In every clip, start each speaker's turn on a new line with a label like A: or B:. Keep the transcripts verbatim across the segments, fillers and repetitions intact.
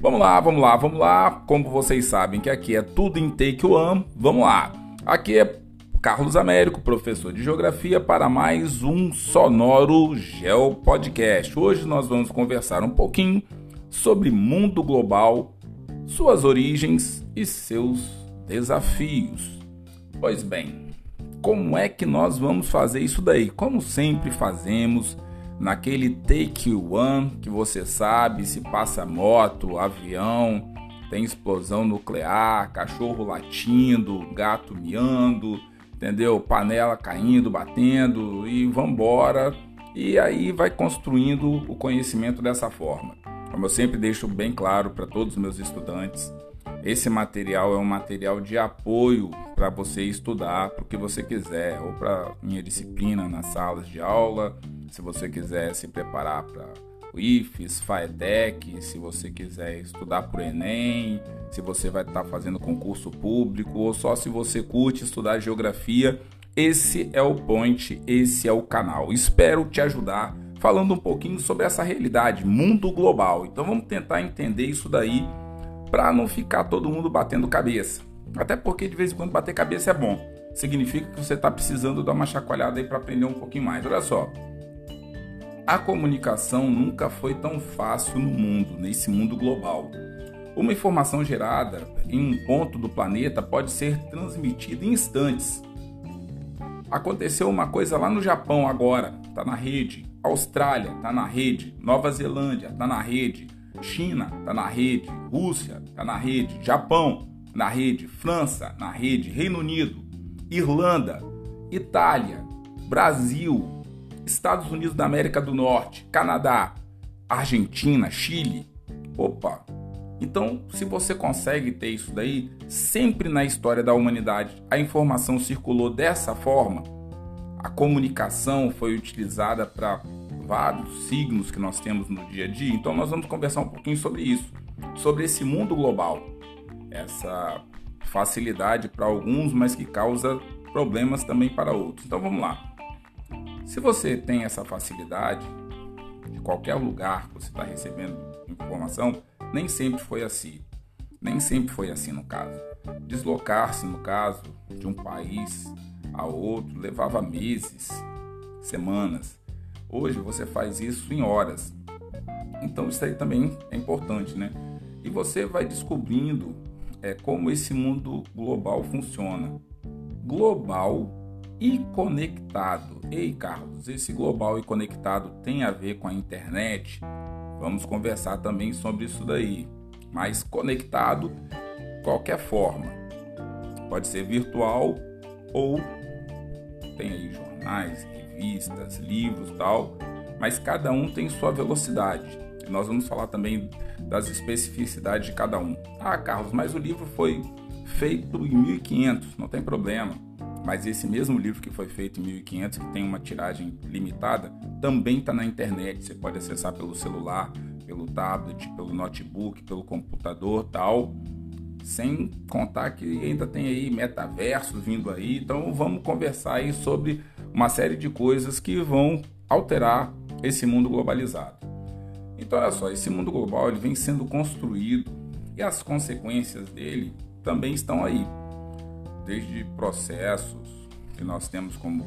A: Vamos lá, vamos lá, vamos lá. Como vocês sabem que aqui é tudo em Take One, vamos lá. Aqui é Carlos Américo, professor de Geografia, para mais um Sonoro Geo Podcast. Hoje nós vamos conversar um pouquinho sobre mundo global, suas origens e seus desafios. Pois bem, como é que nós vamos fazer isso daí? Como sempre fazemos, naquele Take One que você sabe, se passa moto, avião, tem explosão nuclear, cachorro latindo, gato miando, entendeu? Panela caindo, batendo e vambora. E aí vai construindo o conhecimento dessa forma. Como eu sempre deixo bem claro para todos os meus estudantes, esse material é um material de apoio para você estudar para o que você quiser, ou para minha disciplina nas salas de aula, se você quiser se preparar para o I F E S, FAETEC, se você quiser estudar para o Enem, se você vai estar fazendo concurso público, ou só se você curte estudar geografia, esse é o point, esse é o canal. Espero te ajudar falando um pouquinho sobre essa realidade, mundo global. Então vamos tentar entender isso daí para não ficar todo mundo batendo cabeça. Até porque de vez em quando bater cabeça é bom. Significa que você está precisando dar uma chacoalhada aí para aprender um pouquinho mais. Olha só, a comunicação nunca foi tão fácil no mundo, nesse mundo global. Uma informação gerada em um ponto do planeta pode ser transmitida em instantes. Aconteceu uma coisa lá no Japão agora, está na rede. Austrália está na rede. Nova Zelândia está na rede. China está na rede. Rússia está na rede. Japão na rede. França na rede. Reino Unido, Irlanda, Itália, Brasil, Estados Unidos da América do Norte, Canadá, Argentina, Chile. Opa! Então, se você consegue ter isso daí, sempre na história da humanidade a informação circulou dessa forma, a comunicação foi utilizada para vários signos que nós temos no dia a dia. Então nós vamos conversar um pouquinho sobre isso, sobre esse mundo global, essa facilidade para alguns, mas que causa problemas também para outros. Então vamos lá. Se você tem essa facilidade, de qualquer lugar que você está recebendo informação, nem sempre foi assim. Nem sempre foi assim no caso. Deslocar-se, no caso, de um país a outro, levava meses, semanas. Hoje você faz isso em horas. Então isso aí também é importante, né? E você vai descobrindo é, como esse mundo global funciona. Global e conectado. Ei, Carlos, esse global e conectado tem a ver com a internet? Vamos conversar também sobre isso daí. Mas conectado, qualquer forma. Pode ser virtual ou tem aí jornais, revistas, livros e tal, mas cada um tem sua velocidade. E nós vamos falar também das especificidades de cada um. Ah, Carlos, mas o livro foi feito em mil e quinhentos, não tem problema. Mas esse mesmo livro que foi feito em mil e quinhentos, que tem uma tiragem limitada, também está na internet. Você pode acessar pelo celular, pelo tablet, pelo notebook, pelo computador e tal. Sem contar que ainda tem aí metaverso vindo aí. Então vamos conversar aí sobre uma série de coisas que vão alterar esse mundo globalizado. Então olha só, esse mundo global ele vem sendo construído e as consequências dele também estão aí. Desde processos que nós temos como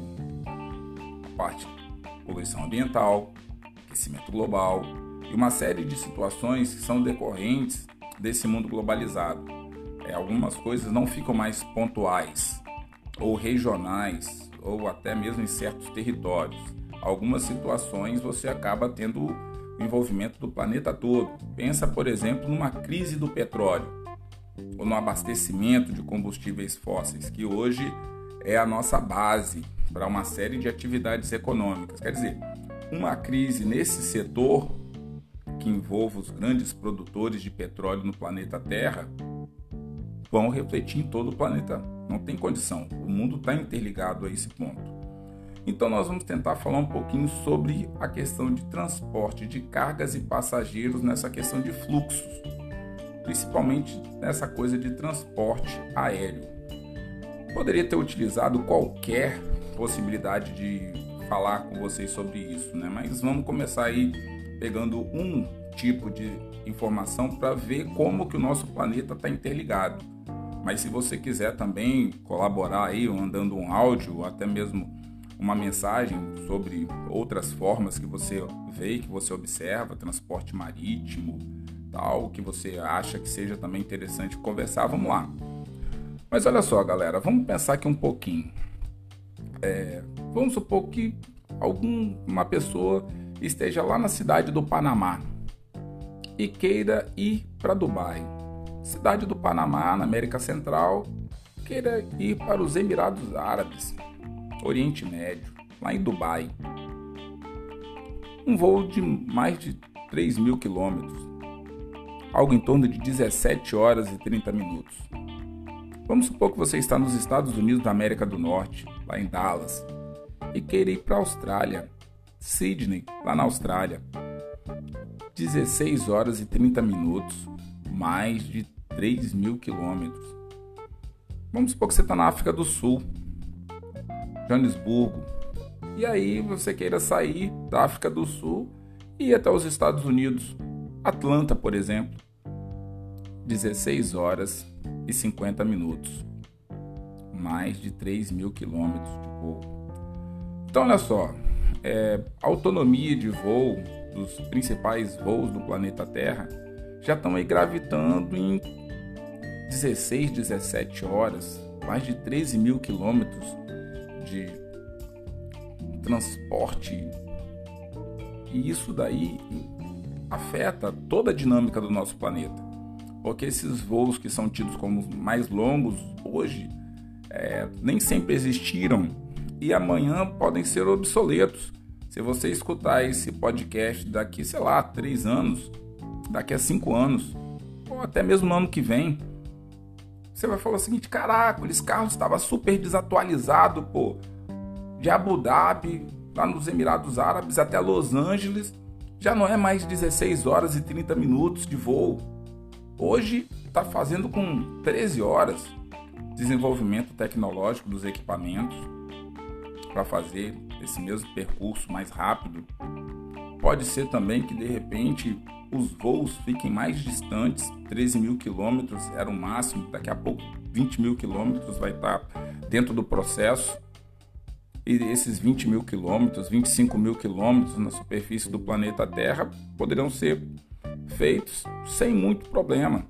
A: a parte de poluição ambiental, aquecimento global e uma série de situações que são decorrentes desse mundo globalizado. É, algumas coisas não ficam mais pontuais ou regionais ou até mesmo em certos territórios. Algumas situações você acaba tendo o envolvimento do planeta todo. Pensa, por exemplo, numa crise do petróleo ou no abastecimento de combustíveis fósseis, que hoje é a nossa base para uma série de atividades econômicas. Quer dizer, uma crise nesse setor que envolve os grandes produtores de petróleo no planeta Terra vão refletir em todo o planeta. Não tem condição. O mundo está interligado a esse ponto. Então nós vamos tentar falar um pouquinho sobre a questão de transporte de cargas e passageiros nessa questão de fluxos, principalmente nessa coisa de transporte aéreo. Poderia ter utilizado qualquer possibilidade de falar com vocês sobre isso, né? Mas vamos começar aí pegando um tipo de informação para ver como que o nosso planeta está interligado. Mas se você quiser também colaborar aí, mandando um áudio, ou até mesmo uma mensagem sobre outras formas que você vê, que você observa, transporte marítimo, tal, que você acha que seja também interessante conversar, vamos lá. Mas olha só, galera, vamos pensar aqui um pouquinho. É, vamos supor que alguma pessoa esteja lá na cidade do Panamá e queira ir para Dubai. Cidade do Panamá, na América Central, queira ir para os Emirados Árabes, Oriente Médio, lá em Dubai. Um voo de mais de três mil quilômetros, algo em torno de dezessete horas e trinta minutos. Vamos supor que você está nos Estados Unidos da América do Norte, lá em Dallas, e queira ir para a Austrália, Sydney, lá na Austrália. dezesseis horas e trinta minutos, mais de três mil quilômetros. Vamos supor que você está na África do Sul, Joanesburgo, e aí você queira sair da África do Sul e ir até os Estados Unidos, Atlanta, por exemplo, dezesseis horas e cinquenta minutos, mais de três mil quilômetros de voo. Então, olha só, é, a autonomia de voo dos principais voos do planeta Terra já estão aí gravitando em dezesseis, dezessete horas, mais de treze mil quilômetros de transporte, e isso daí afeta toda a dinâmica do nosso planeta, porque esses voos que são tidos como mais longos hoje é, nem sempre existiram e amanhã podem ser obsoletos. Se você escutar esse podcast daqui, sei lá, três anos, daqui a cinco anos, ou até mesmo no ano que vem, você vai falar o seguinte: caraca, esse carro estava super desatualizado, pô, de Abu Dhabi, lá nos Emirados Árabes até Los Angeles, já não é mais dezesseis horas e trinta minutos de voo. Hoje está fazendo com treze horas. Desenvolvimento tecnológico dos equipamentos para fazer esse mesmo percurso mais rápido. Pode ser também que de repente os voos fiquem mais distantes, treze mil quilômetros era o máximo, daqui a pouco vinte mil quilômetros vai estar dentro do processo, e esses vinte mil quilômetros, vinte e cinco mil quilômetros na superfície do planeta Terra poderão ser feitos sem muito problema.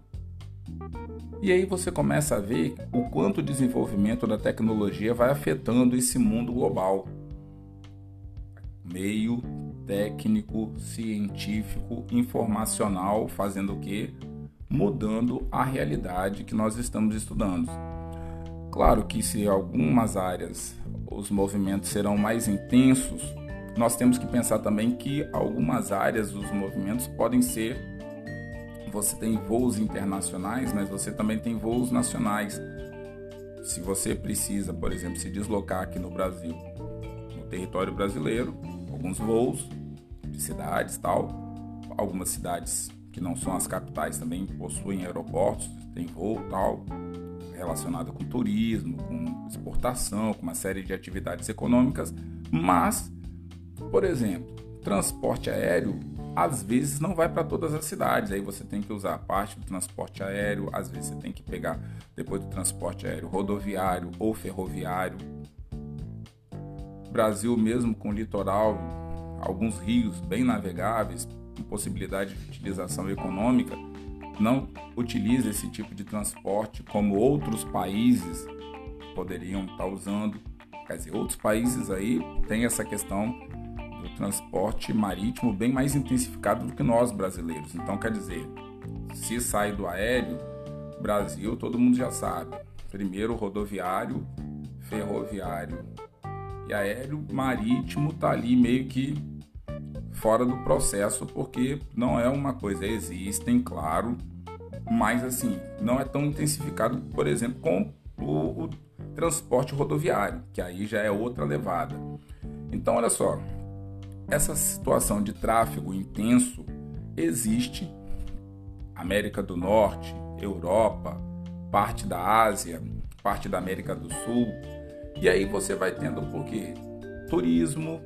A: E aí você começa a ver o quanto o desenvolvimento da tecnologia vai afetando esse mundo global. Meio técnico, científico, informacional, fazendo o quê? Mudando a realidade que nós estamos estudando. Claro que se em algumas áreas os movimentos serão mais intensos, nós temos que pensar também que algumas áreas os movimentos podem ser... Você tem voos internacionais, mas você também tem voos nacionais. Se você precisa, por exemplo, se deslocar aqui no Brasil, no território brasileiro, alguns voos de cidades e tal, algumas cidades que não são as capitais também possuem aeroportos, tem voo tal, relacionado com turismo, com exportação, com uma série de atividades econômicas, mas, por exemplo, transporte aéreo às vezes não vai para todas as cidades, aí você tem que usar parte do transporte aéreo, às vezes você tem que pegar depois do transporte aéreo rodoviário ou ferroviário. Brasil mesmo com litoral, alguns rios bem navegáveis, com possibilidade de utilização econômica, não utiliza esse tipo de transporte como outros países poderiam estar usando. Quer dizer, outros países aí têm essa questão do transporte marítimo bem mais intensificado do que nós brasileiros. Então, quer dizer, se sai do aéreo, Brasil, todo mundo já sabe. Primeiro rodoviário, ferroviário e aéreo, marítimo está ali meio que fora do processo, porque não é uma coisa, existem, claro, mas assim, não é tão intensificado, por exemplo, com o, o transporte rodoviário, que aí já é outra levada. Então, olha só, essa situação de tráfego intenso existe. América do Norte, Europa, parte da Ásia, parte da América do Sul. E aí você vai tendo por quê? turismo,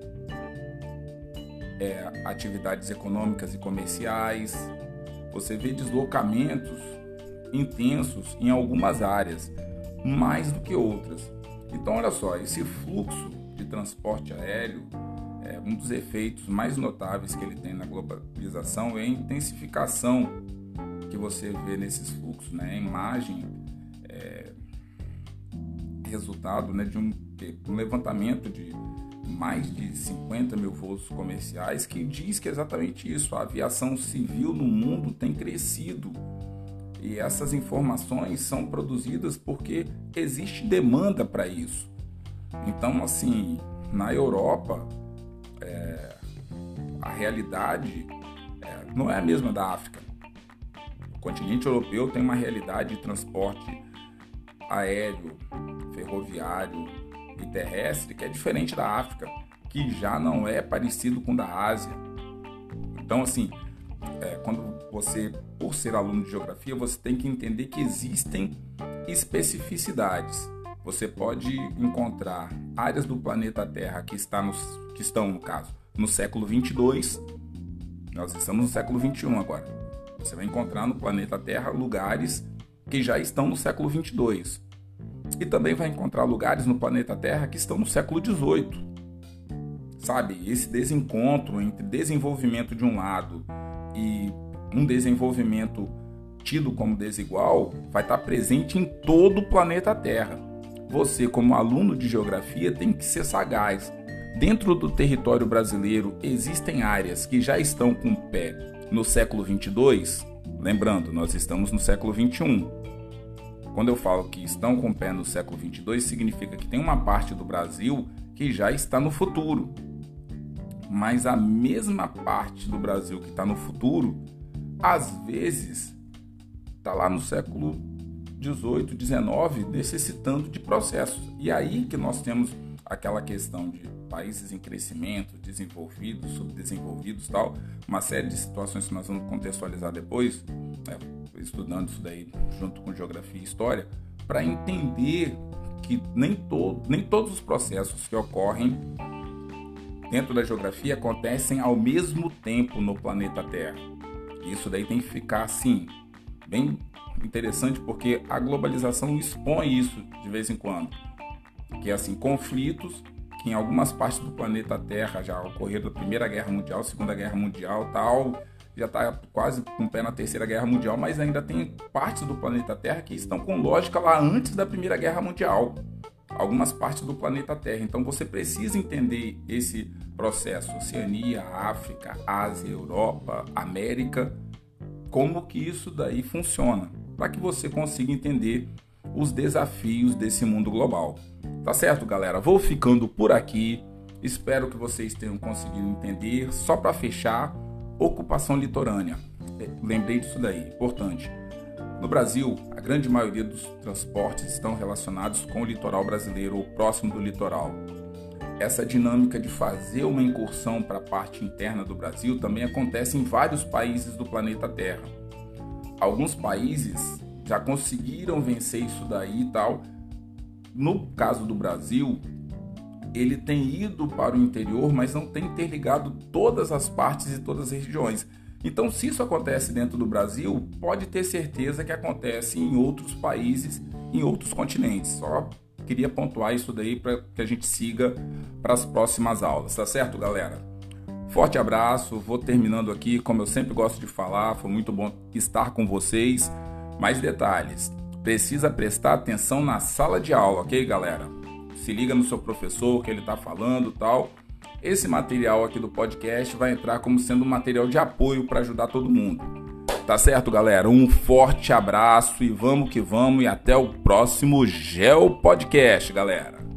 A: é, atividades econômicas e comerciais. Você vê deslocamentos intensos em algumas áreas, mais do que outras. Então, olha só, esse fluxo de transporte aéreo, é, um dos efeitos mais notáveis que ele tem na globalização é a intensificação que você vê nesses fluxos, né? A imagem é resultado, né, de um, um levantamento de mais de cinquenta mil voos comerciais que diz que é exatamente isso. A aviação civil no mundo tem crescido e essas informações são produzidas porque existe demanda para isso. Então, assim, na Europa, é, a realidade é, não é a mesma da África. O continente europeu tem uma realidade de transporte aéreo, ferroviário e terrestre que é diferente da África, que já não é parecido com o da Ásia. Então, assim, é, quando você, por ser aluno de geografia, você tem que entender que existem especificidades. Você pode encontrar áreas do planeta Terra que, está nos, que estão, no caso, no século vinte e dois. Nós estamos no século vinte e um agora. Você vai encontrar no planeta Terra lugares que já estão no século vinte e dois. E também vai encontrar lugares no planeta Terra que estão no século dezoito. Sabe, esse desencontro entre desenvolvimento de um lado e um desenvolvimento tido como desigual vai estar presente em todo o planeta Terra. Você, como aluno de geografia, tem que ser sagaz. Dentro do território brasileiro existem áreas que já estão com o pé no século vinte e dois. Lembrando, nós estamos no século vinte e um. Quando eu falo que estão com o pé no século vinte e dois, significa que tem uma parte do Brasil que já está no futuro. Mas a mesma parte do Brasil que está no futuro, às vezes, está lá no século dezoito, dezenove, necessitando de processos. E aí que nós temos aquela questão de países em crescimento, desenvolvidos, subdesenvolvidos e tal, uma série de situações que nós vamos contextualizar depois, né, estudando isso daí junto com geografia e história, para entender que nem, todo, nem todos os processos que ocorrem dentro da geografia acontecem ao mesmo tempo no planeta Terra. Isso daí tem que ficar assim, bem interessante, porque a globalização expõe isso de vez em quando, que é assim, conflitos que em algumas partes do planeta Terra já ocorreram da Primeira Guerra Mundial, Segunda Guerra Mundial, tal, já está quase com o pé na Terceira Guerra Mundial, mas ainda tem partes do planeta Terra que estão com lógica lá antes da Primeira Guerra Mundial. Algumas partes do planeta Terra. Então você precisa entender esse processo. Oceania, África, Ásia, Europa, América, como que isso daí funciona, para que você consiga entender os desafios desse mundo global. Tá certo, galera? Vou ficando por aqui. Espero que vocês tenham conseguido entender. Só para fechar, ocupação litorânea. Lembrei disso daí, importante. No Brasil, a grande maioria dos transportes estão relacionados com o litoral brasileiro ou próximo do litoral. Essa dinâmica de fazer uma incursão para a parte interna do Brasil também acontece em vários países do planeta Terra. Alguns países já conseguiram vencer isso daí e tal. No caso do Brasil, ele tem ido para o interior, mas não tem interligado todas as partes e todas as regiões. Então, se isso acontece dentro do Brasil, pode ter certeza que acontece em outros países, em outros continentes. Só queria pontuar isso daí para que a gente siga para as próximas aulas, tá certo, galera? Forte abraço, vou terminando aqui, como eu sempre gosto de falar, foi muito bom estar com vocês. Mais detalhes, precisa prestar atenção na sala de aula, ok, galera? Se liga no seu professor, que ele está falando e tal. Esse material aqui do podcast vai entrar como sendo um material de apoio para ajudar todo mundo. Tá certo, galera? Um forte abraço e vamos que vamos e até o próximo Geo Podcast, galera.